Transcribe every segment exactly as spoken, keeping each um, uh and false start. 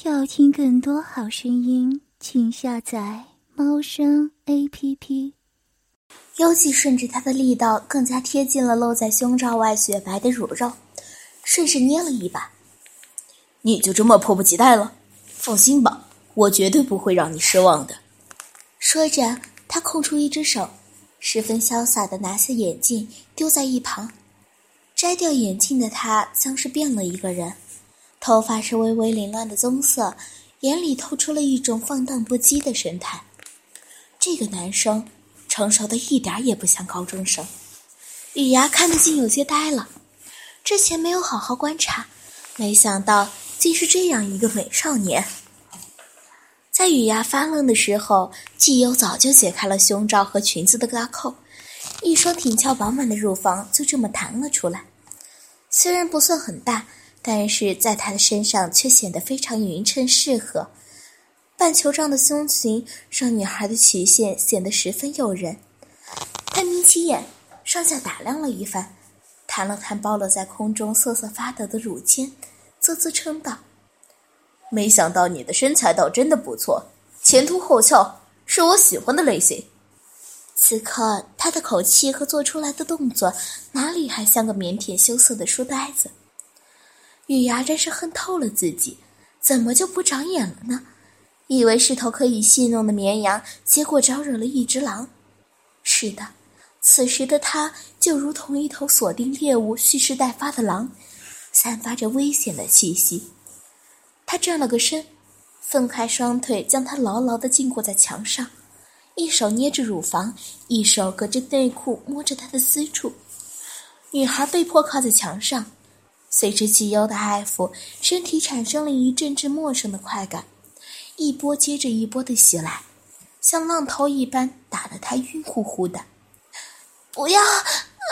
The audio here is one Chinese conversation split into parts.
要听更多好声音，请下载猫声 A P P。 幽记顺着他的力道更加贴近了露在胸罩外雪白的乳肉，顺势捏了一把。 你就这么迫不及待了？放心吧，我绝对不会让你失望的。 说着，他空出一只手，十分潇洒地拿下眼镜丢在一旁。摘掉眼镜的他像是变了一个人，头发是微微凌乱的棕色，眼里透出了一种放荡不羁的神态。这个男生成熟的一点也不像高中生。雨芽看得竟有些呆了，之前没有好好观察，没想到竟是这样一个美少年。在雨芽发愣的时候，季优早就解开了胸罩和裙子的拉扣，一双挺翘饱满的乳房就这么弹了出来。虽然不算很大，但是在她的身上却显得非常匀称适合。半球状的胸裙让女孩的曲线显得十分诱人。她眯起眼，上下打量了一番，弹了弹暴露在空中瑟瑟发抖的乳尖，啧啧称道： 没想到你的身材倒真的不错，前凸后翘，是我喜欢的类型。 此刻他的口气和做出来的动作哪里还像个腼腆羞涩的书呆子。雨芽真是恨透了自己，怎么就不长眼了呢？以为是头可以戏弄的绵羊，结果招惹了一只狼。是的，此时的他就如同一头锁定猎物蓄势待发的狼，散发着危险的气息。他转了个身，分开双腿将他牢牢地禁锢在墙上，一手捏着乳房，一手隔着内裤摸着她的私处。女孩被迫靠在墙上，随着季优的爱抚，身体产生了一阵阵陌生的快感，一波接着一波的袭来，像浪头一般打得她晕乎乎的。不要！啊！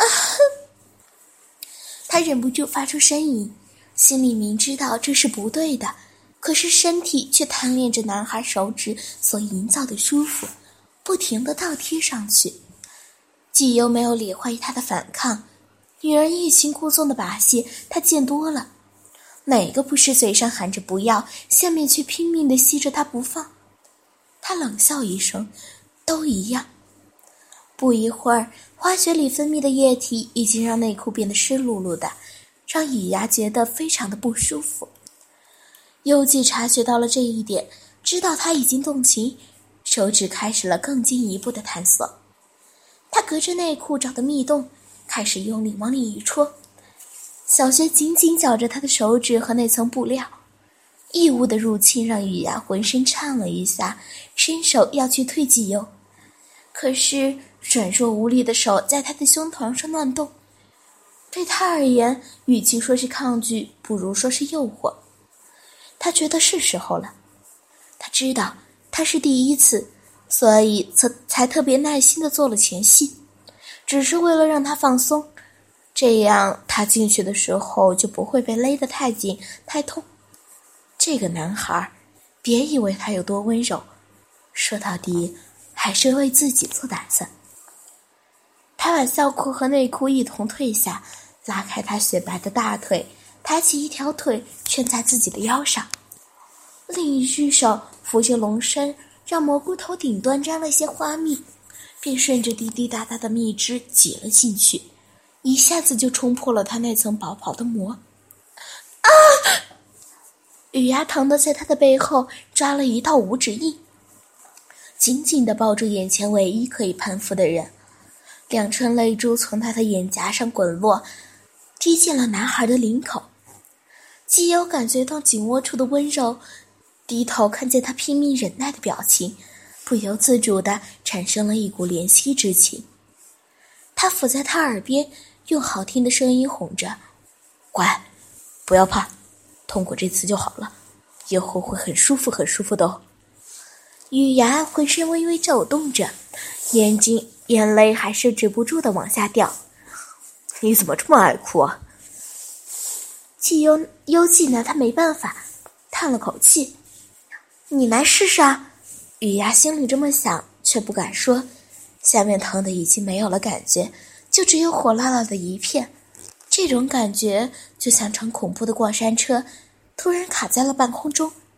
她忍不住发出呻吟，心里明知道这是不对的，可是身体却贪恋着男孩手指所营造的舒服，不停地倒贴上去。季优没有理会他的反抗，女人欲擒故纵的把戏他见多了，哪个不是嘴上喊着不要，下面却拼命地吸着他不放？他冷笑一声，都一样。不一会儿，花穴里分泌的液体已经让内裤变得湿漉漉的，让雨芽觉得非常的不舒服。幽记察觉到了这一点，知道他已经动情，手指开始了更进一步的探索。他隔着内裤找的密洞，开始用力往里一戳，小穴紧紧绞着他的手指和那层布料。异物的入侵让雨芽浑身颤了一下，伸手要去推季优，可是软弱无力的手在他的胸膛上乱动，对他而言，与其说是抗拒，不如说是诱惑。他觉得是时候了。他知道他是第一次，所以才特别耐心地做了前戏，只是为了让他放松，这样他进去的时候就不会被勒得太紧太痛。这个男孩，别以为他有多温柔，说到底还是为自己做打算。他把校裤和内裤一同褪下，拉开他雪白的大腿，抬起一条腿圈在自己的腰上，另一只手扶着龙身，让蘑菇头顶端沾了些花蜜，便顺着滴滴答答的蜜汁挤了进去，一下子就冲破了他那层薄薄的膜。啊！雨芽疼得在他的背后抓了一道五指印，紧紧地抱住眼前唯一可以攀附的人，两串泪珠从他的眼颊上滚落，滴进了男孩的领口。季优感觉到紧握处的温柔，低头看见他拼命忍耐的表情，不由自主地产生了一股怜惜之情。他伏在他耳边，用好听的声音哄着：乖，不要怕，痛过这次就好了，以后会很舒服很舒服的哦。雨芽浑身微微抖动着，眼睛眼泪还是止不住地往下掉。 你怎么这么爱哭啊？ 季优幽记拿他没办法，叹了口气：你来试试啊。雨芽心里这么想，却不敢说，下面疼的已经没有了感觉，就只有火辣辣的一片。这种感觉就像乘恐怖的过山车突然卡在了半空中，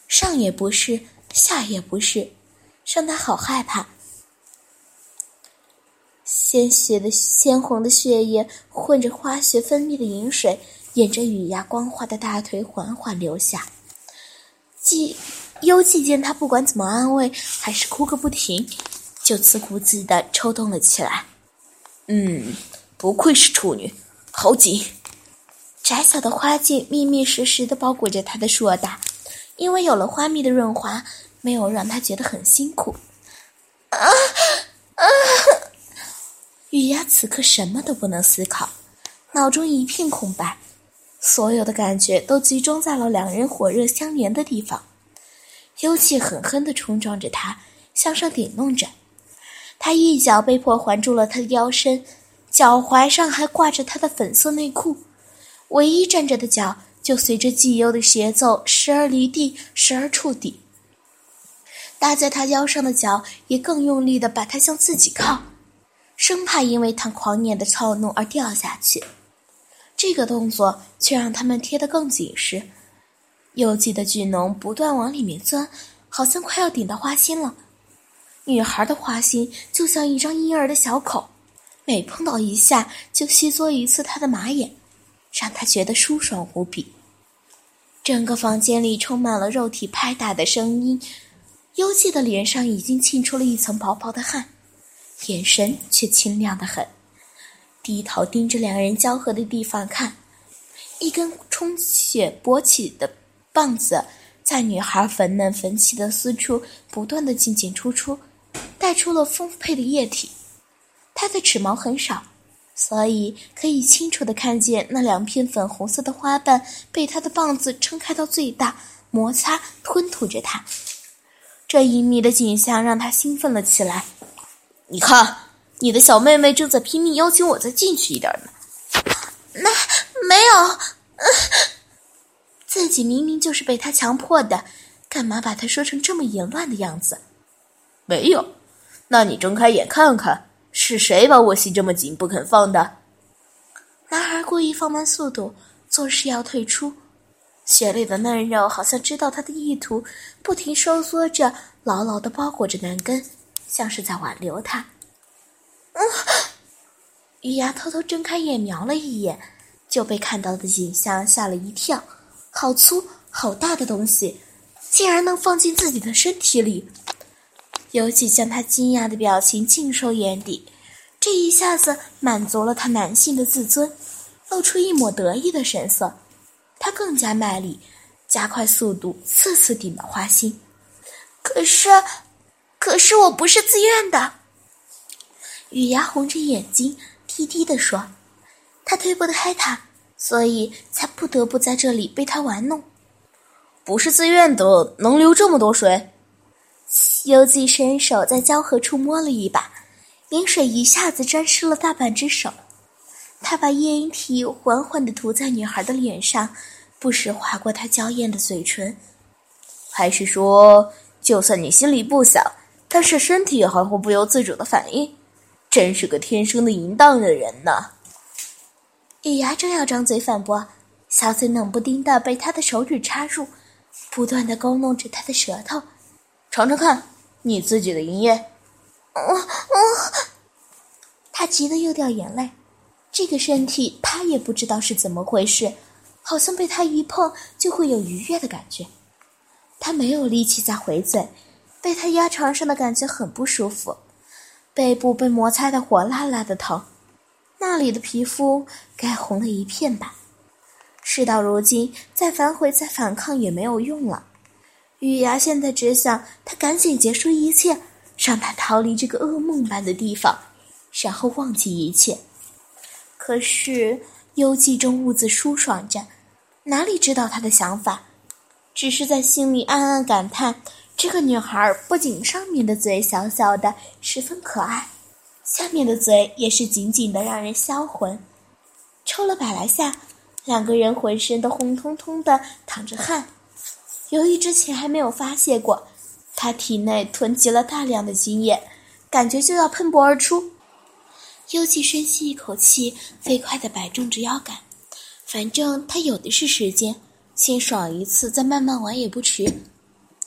上也不是，下也不是，让他好害怕。鲜血的鲜红的血液混着花血分泌的饮水，沿着雨芽光滑的大腿缓缓流下。既幽寂见他不管怎么安慰，还是哭个不停，就自顾自地抽动了起来。 嗯，不愧是处女，好紧。 窄小的花茎密密实实地包裹着他的硕大，因为有了花蜜的润滑，没有让他觉得很辛苦。啊啊！雨芽此刻什么都不能思考，脑中一片空白，所有的感觉都集中在了两人火热相连的地方。幽气狠狠地冲撞着他，向上顶弄着。他一脚被迫环住了他的腰身，脚踝上还挂着他的粉色内裤，唯一站着的脚就随着既幽的节奏时而离地，时而触底。搭在他腰上的脚也更用力地把他向自己靠，生怕因为他狂野的躁怒而掉下去。这个动作却让他们贴得更紧实，幽寂的巨脓不断往里面钻，好像快要顶到花心了。女孩的花心就像一张婴儿的小口，每碰到一下就吸嘬一次她的马眼，让她觉得舒爽无比。整个房间里充满了肉体拍打的声音，幽寂的脸上已经沁出了一层薄薄的汗，眼神却清亮得很，低头盯着两人交合的地方看，一根充血勃起的棒子在女孩粉嫩粉起的私处不断地进进出出，带出了丰沛的液体。她的齿毛很少，所以可以清楚地看见那两片粉红色的花瓣被她的棒子撑开到最大，摩擦吞吐着她。这隐秘的景象让她兴奋了起来。 你看，你的小妹妹正在拼命邀请我再进去一点呢。 没没有、呃、自己明明就是被他强迫的，干嘛把他说成这么淫乱的样子？ 没有，那你睁开眼看看，是谁把我吸这么紧不肯放的？ 男孩故意放慢速度，做事要退出。血里的嫩肉好像知道他的意图，不停收缩着，牢牢地包裹着男根，像是在挽留他。嗯，雨芽偷偷睁开眼瞄了一眼，就被看到的景象吓了一跳。好粗好大的东西，竟然能放进自己的身体里。尤其将他惊讶的表情尽收眼底，这一下子满足了他男性的自尊，露出一抹得意的神色。他更加卖力，加快速度，次次顶到花心。可是可是我不是自愿的。雨芽红着眼睛低低地说，他推不开他，所以才不得不在这里被他玩弄。 不是自愿的，能流这么多水？ 幽寂伸手在交合处摸了一把，饮水一下子沾湿了大半只手。他把液液体缓缓地涂在女孩的脸上，不时划过她娇艳的嘴唇。 还是说，就算你心里不想，但是身体还会不由自主的反应？真是个天生的淫荡的人呐！ 雨芽正要张嘴反驳，小嘴冷不丁地被他的手指插入，不断地勾弄着他的舌头。 尝尝看，你自己的营业。 哦哦！他急得又掉眼泪。这个身体他也不知道是怎么回事，好像被他一碰就会有愉悦的感觉。他没有力气再回嘴，被他压床上的感觉很不舒服，背部被摩擦得火辣辣的疼，那里的皮肤该红了一片吧。事到如今，再反悔再反抗也没有用了。雨芽现在只想他赶紧结束一切，让他逃离这个噩梦般的地方，然后忘记一切。可是幽寂中兀自舒爽着，哪里知道他的想法，只是在心里暗暗感叹，这个女孩不仅上面的嘴小小的十分可爱，下面的嘴也是紧紧的让人销魂。抽了百来下，两个人浑身都红彤彤的淌着汗。由于之前还没有发泄过，他体内囤积了大量的精液，感觉就要喷薄而出。幽寂深吸一口气，飞快地摆动着腰杆，反正他有的是时间，先爽一次再慢慢玩也不迟。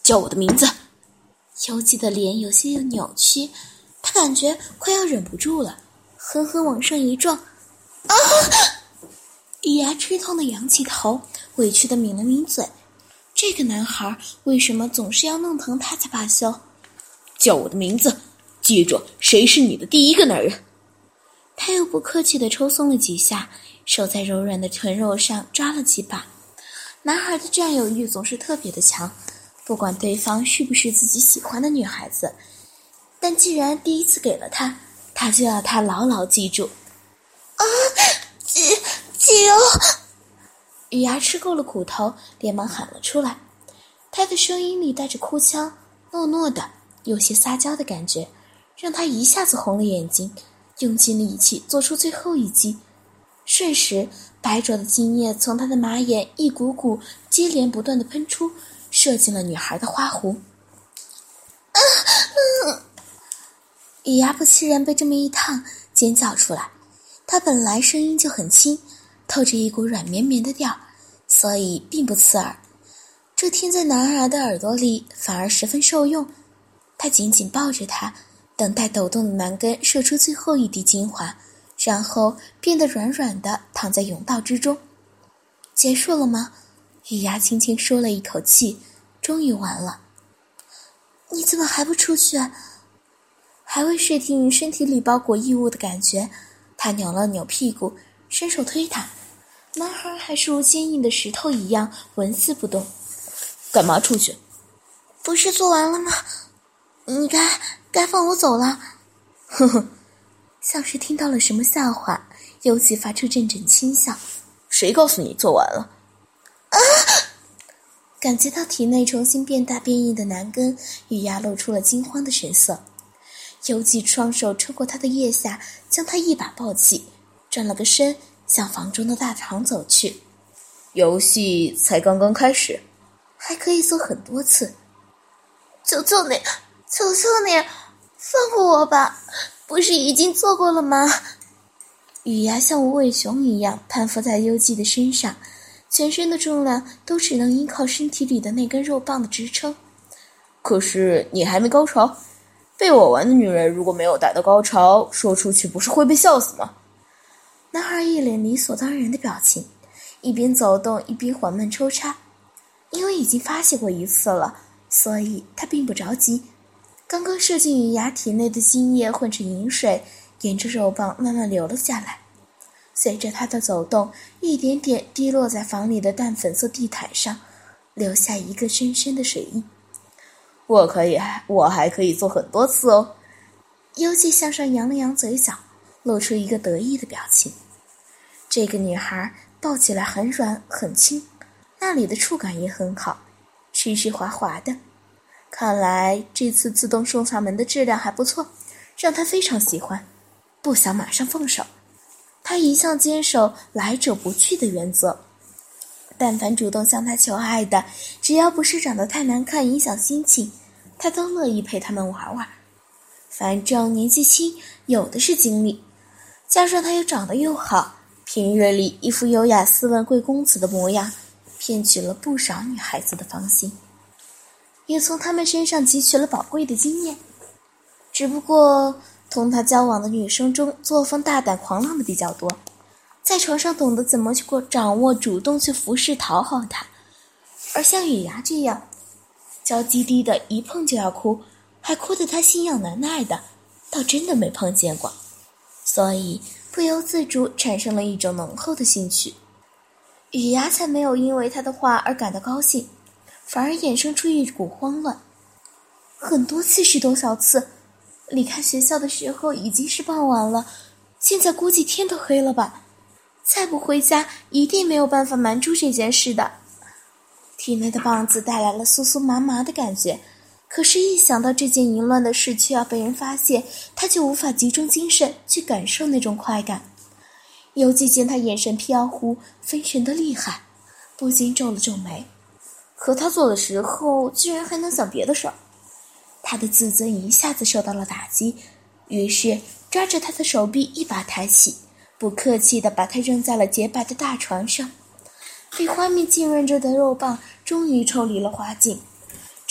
叫我的名字。 游记的脸有些扭曲，他感觉快要忍不住了，狠狠往上一撞。啊！雨芽吃痛的扬起头，委屈的抿了抿嘴。这个男孩为什么总是要弄疼他才罢休？ 叫我的名字，记住谁是你的第一个男人。 他又不客气地抽松了几下，手在柔软的臀肉上抓了几把。男孩的占有欲总是特别的强，不管对方是不是自己喜欢的女孩子，但既然第一次给了他，他就要他牢牢记住。啊！姐姐哦！雨芽吃够了苦头，连忙喊了出来。他的声音里带着哭腔，糯糯的，有些撒娇的感觉，让他一下子红了眼睛，用尽力气做出最后一击。瞬时，白灼的精液从他的马眼一股股接连不断地喷出，射进了女孩的花湖。啊嗯、雨芽不期然被这么一烫，尖叫出来。他本来声音就很轻，透着一股软绵绵的调，所以并不刺耳。这听在男孩的耳朵里反而十分受用。他紧紧抱着他，等待抖动的男根射出最后一滴精华，然后变得软软的躺在甬道之中。结束了吗？雨芽轻轻舒了一口气，终于完了。你怎么还不出去啊？还未适应身体里包裹异物的感觉，他扭了扭屁股，伸手推他。男孩还是如坚硬的石头一样纹丝不动。 干嘛出去？ 不是做完了吗？你该该放我走了。 呵呵， 像是听到了什么笑话，尤其发出阵阵轻笑。 谁告诉你做完了？ 啊！感觉到体内重新变大变硬的男根，雨芽露出了惊慌的神色。尤其双手抽过他的腋下，将他一把抱起，转了个身，向房中的大堂走去。 游戏才刚刚开始， 还可以做很多次。求求你，求求你，放过我吧！不是已经做过了吗？雨芽像无尾熊一样攀附在幽寂的身上，全身的重量都只能依靠身体里的那根肉棒的支撑。 可是你还没高潮，被我玩的女人如果没有达到高潮，说出去不是会被笑死吗？ 男孩一脸理所当然的表情，一边走动一边缓慢抽插。因为已经发泄过一次了，所以他并不着急。刚刚射进雨芽体内的精液混成饮水，沿着肉棒慢慢流了下来，随着他的走动，一点点滴落在房里的淡粉色地毯上，留下一个深深的水印。 我可以，我还可以做很多次哦。 幽记向上扬了扬嘴角，露出一个得意的表情。这个女孩抱起来很软很轻，那里的触感也很好，湿湿滑滑的。看来这次自动送上门的质量还不错，让他非常喜欢，不想马上放手。他一向坚守来者不拒的原则，但凡主动向他求爱的，只要不是长得太难看影响心情，他都乐意陪他们玩玩。反正年纪轻，有的是精力，加上他又长得又好，平日里一副优雅斯文贵公子的模样，骗取了不少女孩子的芳心，也从他们身上汲取了宝贵的经验。只不过同他交往的女生中，作风大胆狂浪的比较多，在床上懂得怎么去掌握主动去服侍讨好他，而像雨芽这样娇滴滴的一碰就要哭，还哭得他心痒难耐的，倒真的没碰见过，所以不由自主产生了一种浓厚的兴趣。雨芽才没有因为他的话而感到高兴，反而衍生出一股慌乱。很多次是多少次？离开学校的时候已经是傍晚了，现在估计天都黑了吧？再不回家一定没有办法瞒住这件事的。体内的棒子带来了酥酥麻麻的感觉，可是一想到这件淫乱的事却要被人发现，他就无法集中精神去感受那种快感。尤其见他眼神飘忽，分神的厉害，不禁皱了皱眉。和他做的时候居然还能想别的事儿，他的自尊一下子受到了打击，于是抓着他的手臂一把抬起，不客气地把他扔在了洁白的大床上。被花蜜浸润着的肉棒终于抽离了花茎，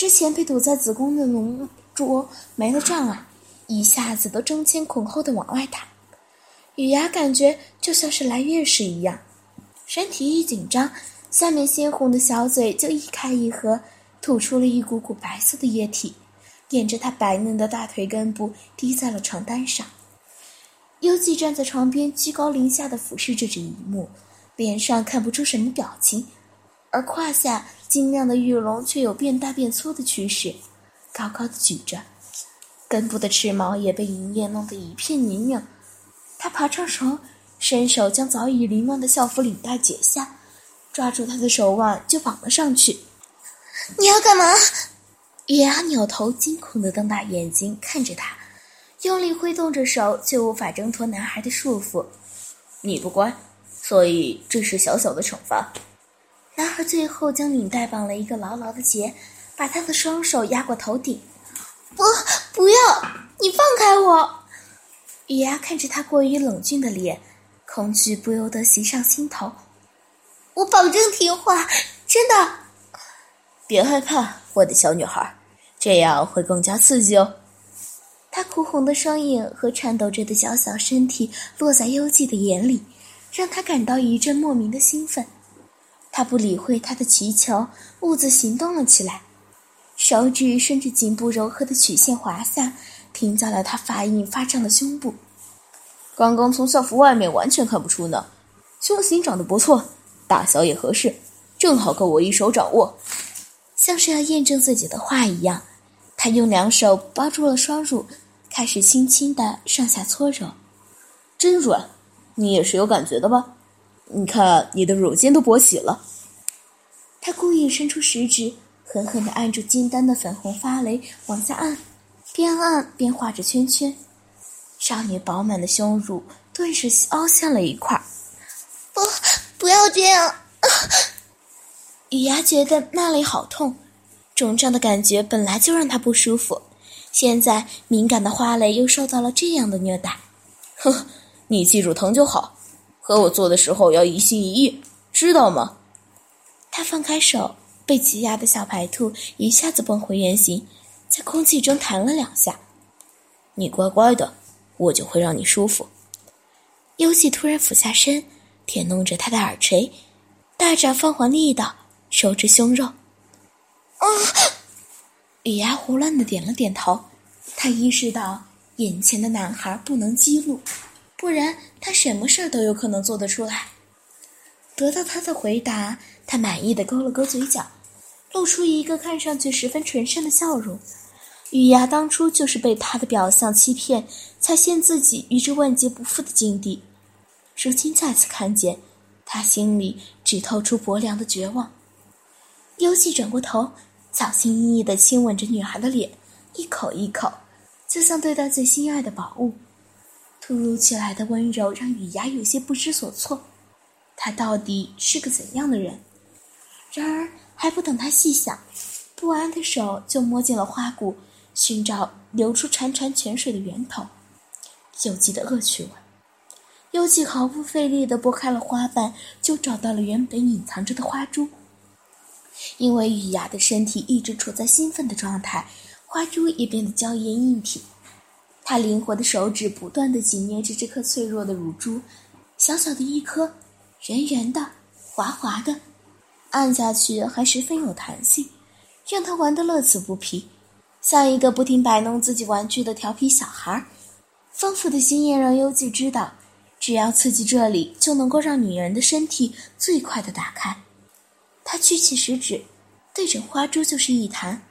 之前被堵在子宫的龙桌没了障碍，一下子都争先恐后的往外弹。雨芽感觉就像是来月事一样，身体一紧张，下面鲜红的小嘴就一开一合，吐出了一股股白色的液体，沿着她白嫩的大腿根部滴在了床单上。幽寂站在床边，居高临下地俯视着这一幕，脸上看不出什么表情，而胯下晶亮的玉龙却有变大变粗的趋势，高高的举着，根部的翅毛也被银液弄得一片泥泞。他爬上床，伸手将早已凌乱的校服领带解下，抓住他的手腕就绑了上去。你要干嘛？雨芽扭头惊恐地瞪大眼睛看着他，用力挥动着手，却无法挣脱男孩的束缚。 你不乖，所以这是小小的惩罚。 男孩最后将领带绑了一个牢牢的结，把他的双手压过头顶。不，不要，你放开我！雨芽看着他过于冷峻的脸，恐惧不由得袭上心头。我保证听话，真的。 别害怕，我的小女孩，这样会更加刺激哦。 他哭红的双眼和颤抖着的小小身体落在幽寂的眼里，让他感到一阵莫名的兴奋。他不理会他的祈求，兀自行动了起来，手指顺着颈部柔和的曲线滑下，停在了他发硬发胀的胸部。 刚刚从校服外面完全看不出呢，胸型长得不错，大小也合适，正好够我一手掌握。 像是要验证自己的话一样，他用两手包住了双乳，开始轻轻地上下搓揉。 真软，你也是有感觉的吧？你看你的乳尖都勃起了。 他故意伸出食指，狠狠地按住金丹的粉红发蕾，往下按，边按边画着圈圈。少女饱满的胸乳顿时凹陷了一块。不，不要这样！雨芽觉得那里好痛，肿胀的感觉本来就让她不舒服，现在敏感的花蕾又受到了这样的虐待。 哼，你记住疼就好，和我做的时候要一心一意，知道吗？ 他放开手，被挤压的小白兔一下子蹦回原形，在空气中弹了两下。 你乖乖的，我就会让你舒服。 幽寂突然俯下身，舔弄着他的耳垂，大掌放缓力道，收着胸肉。啊！雨芽胡乱地点了点头，他意识到眼前的男孩不能激怒，不然他什么事都有可能做得出来。得到他的回答，他满意地勾了勾嘴角，露出一个看上去十分纯善的笑容。雨芽当初就是被他的表象欺骗，才陷自己于这万劫不复的境地。如今再次看见，他心里只透出薄凉的绝望。幽寂转过头，小心翼翼地亲吻着女孩的脸，一口一口，就像对待最心爱的宝物。突如其来的温柔让雨芽有些不知所措，他到底是个怎样的人？然而还不等他细想，不安的手就摸进了花骨，寻找流出潺潺泉水的源头。幽寂的恶趣味。幽寂毫不费力地拨开了花瓣，就找到了原本隐藏着的花珠。因为雨芽的身体一直处在兴奋的状态，花珠也变得娇艳硬挺。他灵活的手指不断地紧捏着这颗脆弱的乳珠，小小的一颗，圆圆的，滑滑的，按下去还十分有弹性，让他玩得乐此不疲，像一个不停摆弄自己玩具的调皮小孩。丰富的经验让幽寂知道，只要刺激这里，就能够让女人的身体最快地打开。他举起食指，对准花珠就是一弹。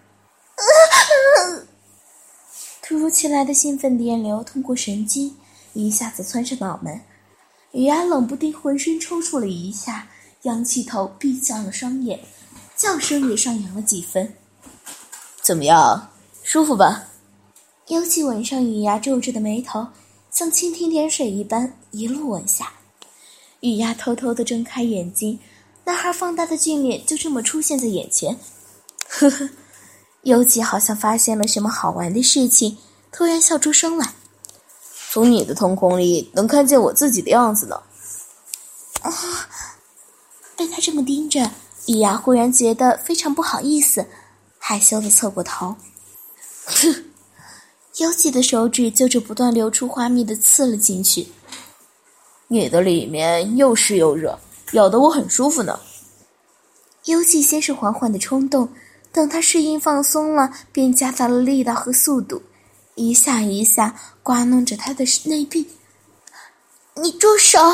突如其来的兴奋电流通过神经，一下子窜上脑门。雨芽冷不丁浑身抽搐了一下，仰起头闭上了双眼，叫声也上扬了几分。 怎么样，舒服吧？ 幽寂吻上雨芽皱着的眉头，像蜻蜓点水一般一路吻下。雨芽偷偷地睁开眼睛，男孩放大的俊脸就这么出现在眼前。呵呵，幽寂好像发现了什么好玩的事情，突然笑出声来。 从你的瞳孔里能看见我自己的样子呢。 啊！被他这么盯着，雨芽忽然觉得非常不好意思， 害羞地侧过头。哼，幽记的手指就着不断流出花蜜的刺了进去。 你的里面又湿又热，咬得我很舒服呢。 幽记先是缓缓的冲动，等他适应放松了，便加大了力道和速度，一下一下刮弄着他的内壁。你住手！啊！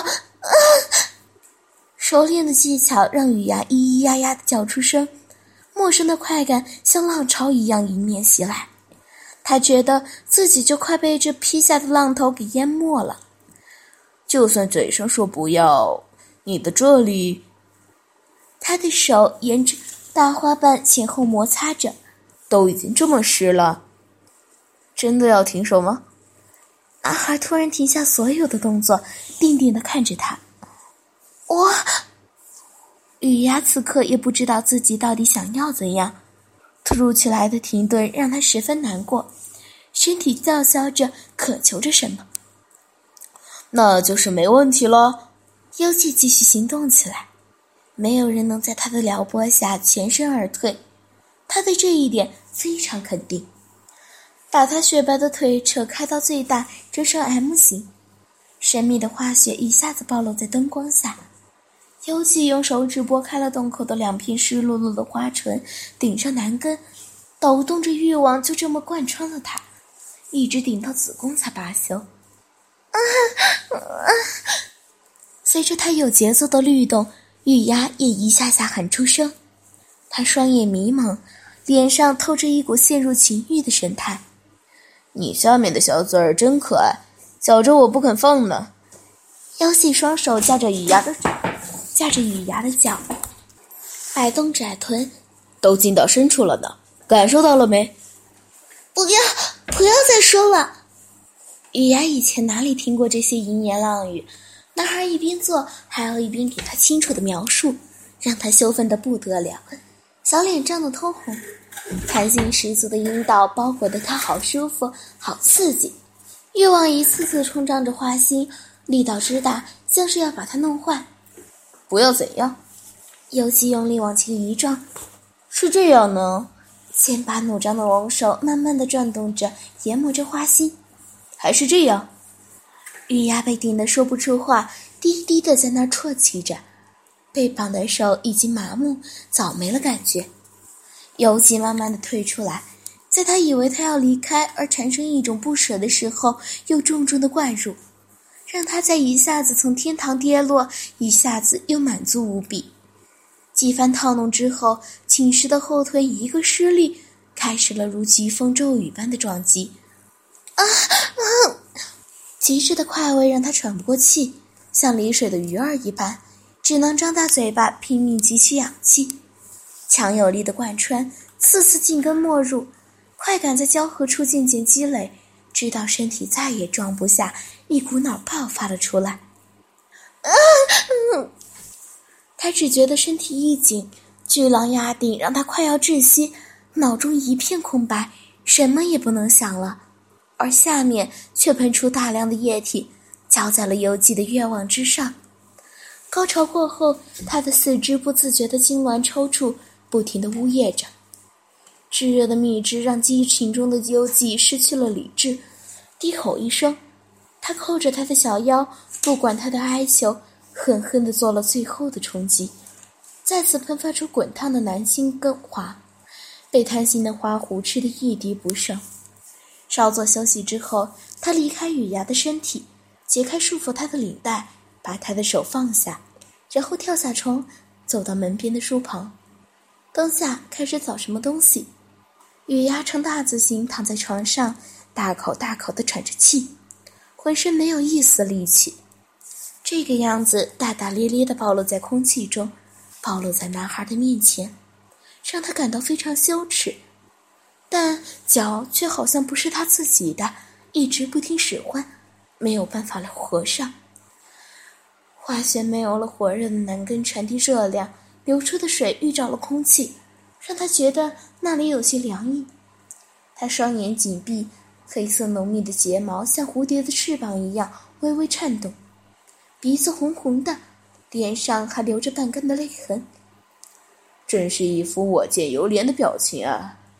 熟练的技巧让雨芽咿咿呀呀地叫出声，陌生的快感像浪潮一样迎面袭来。他觉得自己就快被这劈下的浪头给淹没了。 就算嘴上说不要，你的这里…… 他的手沿着大花瓣前后摩擦着， 都已经这么湿了，真的要停手吗？ 男孩突然停下所有的动作，定定地看着他。我……雨芽此刻也不知道自己到底想要怎样，突如其来的停顿让他十分难过，身体叫嚣着渴求着什么。 那就是没问题了。 幽记继续行动起来，没有人能在他的撩拨下全身而退，他对这一点非常肯定。把他雪白的腿扯开到最大，折成 M 型，神秘的花雪一下子暴露在灯光下。幽记用手指拨开了洞口的两片湿漉漉的花唇，顶上男根，抖动着欲望就这么贯穿了他，一直顶到子宫才罢休。啊啊！随着他有节奏的律动，雨芽也一下下喊出声。他双眼迷蒙，脸上透着一股陷入情欲的神态。 你下面的小嘴儿真可爱，绞着我不肯放呢。 幽记双手架着雨芽的架着雨芽的脚，摆动窄臀， 都进到深处了呢，感受到了没？ 不要，不要再说了。雨芽以前哪里听过这些淫言浪语，男孩一边做还要一边给他清楚的描述，让他羞愤得不得了，小脸涨得通红，弹性十足的阴道包裹得他好舒服，好刺激，欲望一次次冲撞着花心，力道之大，像是要把他弄坏。 不要怎样？ 幽记用力往前一撞。 是这样呢？ 剑拔弩张的龙手慢慢地转动着，研磨着花心。 还是这样？ 雨芽被顶得说不出话，低低地在那儿啜泣着，被绑的手已经麻木，早没了感觉。幽记慢慢地退出来，在他以为他要离开而产生一种不舍的时候，又重重地灌入，让他在一下子从天堂跌落，一下子又满足无比。几番套弄之后，寝室的后腿一个失力，开始了如疾风骤雨般的撞击。啊啊！极致的快慰让他喘不过气，像离水的鱼儿一般，只能张大嘴巴拼命汲取氧气。强有力的贯穿，次次进根没入，快感在交合处渐渐积累，直到身体再也装不下，一股脑爆发了出来。啊嗯、他只觉得身体一紧，巨浪压顶让他快要窒息，脑中一片空白，什么也不能想了。而下面却喷出大量的液体，浇在了幽记的愿望之上。高潮过后，他的四肢不自觉的痉挛抽搐，不停地呜咽着。炙热的蜜汁让激情中的幽记失去了理智，低吼一声，他扣着他的小腰，不管他的哀求，狠狠地做了最后的冲击，再次喷发出滚烫的男性根花，被贪心的花狐吃得一滴不剩。稍作休息之后，他离开雨芽的身体，解开束缚他的领带，把他的手放下，然后跳下床，走到门边的书旁，灯下开始找什么东西。雨芽呈大字形躺在床上，大口大口地喘着气，浑身没有一丝力气。这个样子大大咧咧地暴露在空气中，暴露在男孩的面前，让他感到非常羞耻。但脚却好像不是他自己的，一直不听使唤，没有办法来合上。花穴没有了火热的男根传递热量，流出的水遇着了空气，让他觉得那里有些凉意。他双眼紧闭，黑色浓密的睫毛像蝴蝶的翅膀一样微微颤动，鼻子红红的，脸上还留着半根的泪痕。 真是一副我见犹怜的表情啊！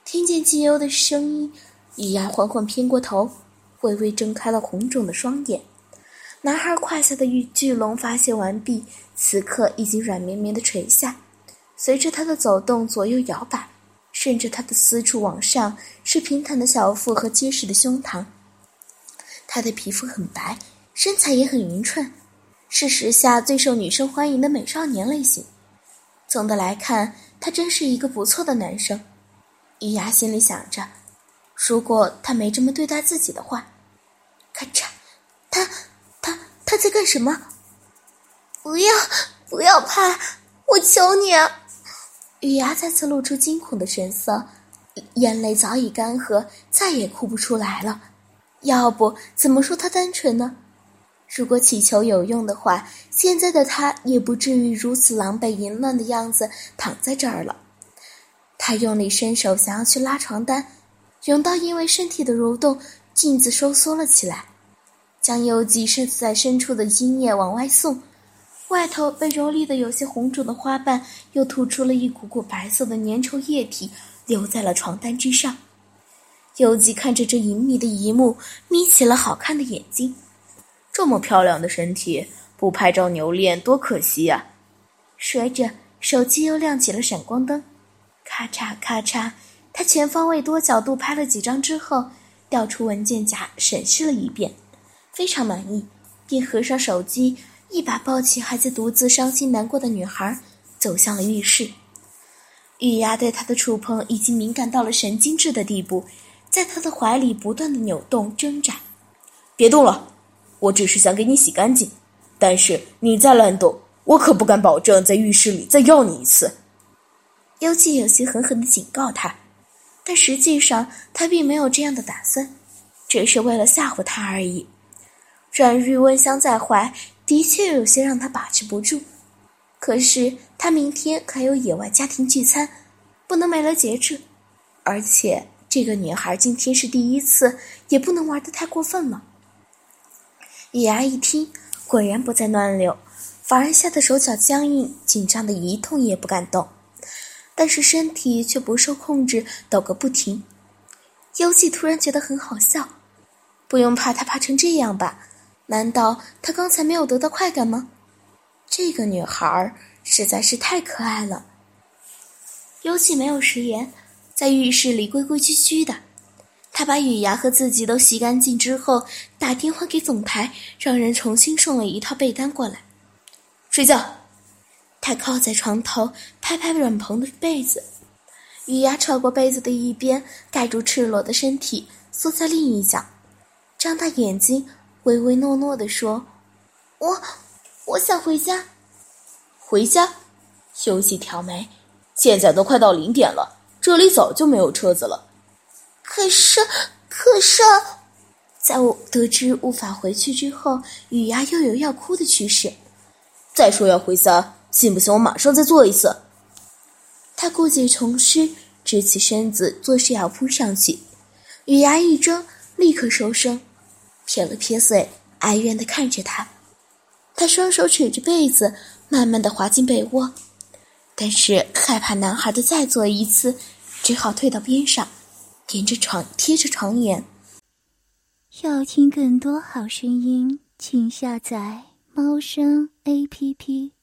听见季幽的声音，雨芽缓缓偏过头，微微睁开了红肿的双眼。男孩胯下的巨龙发泄完毕，此刻已经软绵绵地垂下，随着他的走动左右摇摆，顺着他的私处往上是平坦的小腹和结实的胸膛。他的皮肤很白，身材也很匀称，是时下最受女生欢迎的美少年类型。总的来看，他真是一个不错的男生。雨芽心里想着，如果他没这么对待自己的话。咔嚓，他他他在干什么？不要不要拍，我求你啊！雨芽再次露出惊恐的神色，眼泪早已干涸，再也哭不出来了。要不怎么说他单纯呢？如果祈求有用的话，现在的他也不至于如此狼狈淫乱的样子躺在这儿了。他用力伸手想要去拉床单，甬道因为身体的蠕动镜子收缩了起来，将幽姬伸在深处的精液往外送，外头被蹂躏的有些红肿的花瓣又吐出了一股股白色的粘稠液体，流在了床单之上。幽姬看着这淫靡的一幕，眯起了好看的眼睛。 这么漂亮的身体，不拍照留恋多可惜呀、啊！ 说着，手机又亮起了闪光灯，咔嚓咔嚓，他全方位多角度拍了几张之后，调出文件夹审视了一遍，非常满意，便合上手机，一把抱起还在独自伤心难过的女孩，走向了浴室。雨芽对他的触碰已经敏感到了神经质的地步，在他的怀里不断的扭动挣扎。 别动了，我只是想给你洗干净，但是你再乱动，我可不敢保证在浴室里再要你一次。 幽姬有些狠狠地警告他，但实际上他并没有这样的打算，只是为了吓唬他而已。软玉温香在怀，的确有些让他把持不住。可是他明天还有野外家庭聚餐，不能没了节制，而且这个女孩今天是第一次，也不能玩得太过分了。雨芽一听，果然不再乱流，反而吓得手脚僵硬，紧张的一动也不敢动，但是身体却不受控制，抖个不停。幽姬突然觉得很好笑，不用怕他怕成这样吧？难道他刚才没有得到快感吗？这个女孩实在是太可爱了。幽姬没有食言，在浴室里规规矩矩的。他把雨芽和自己都洗干净之后，打电话给总台，让人重新送了一套被单过来。 睡觉。 他靠在床头，拍拍软蓬的被子。雨芽超过被子的一边，盖住赤裸的身体，缩在另一角，张大眼睛，唯唯诺诺地说：“我，我想回家。” 回家？休息挑眉。现在都快到零点了，这里早就没有车子了。 可是，可是，在我得知无法回去之后，雨芽又有要哭的趋势。 再说要回家，信不信我马上再做一次？ 他故技重施，直起身子，作势要扑上去。雨芽一怔，立刻收声，撇了撇嘴，哀怨地看着他。他双手扯着被子，慢慢地滑进被窝，但是害怕男孩的再做一次，只好退到边上，沿着床贴着床沿。 要听更多好声音，请下载猫声 A P P。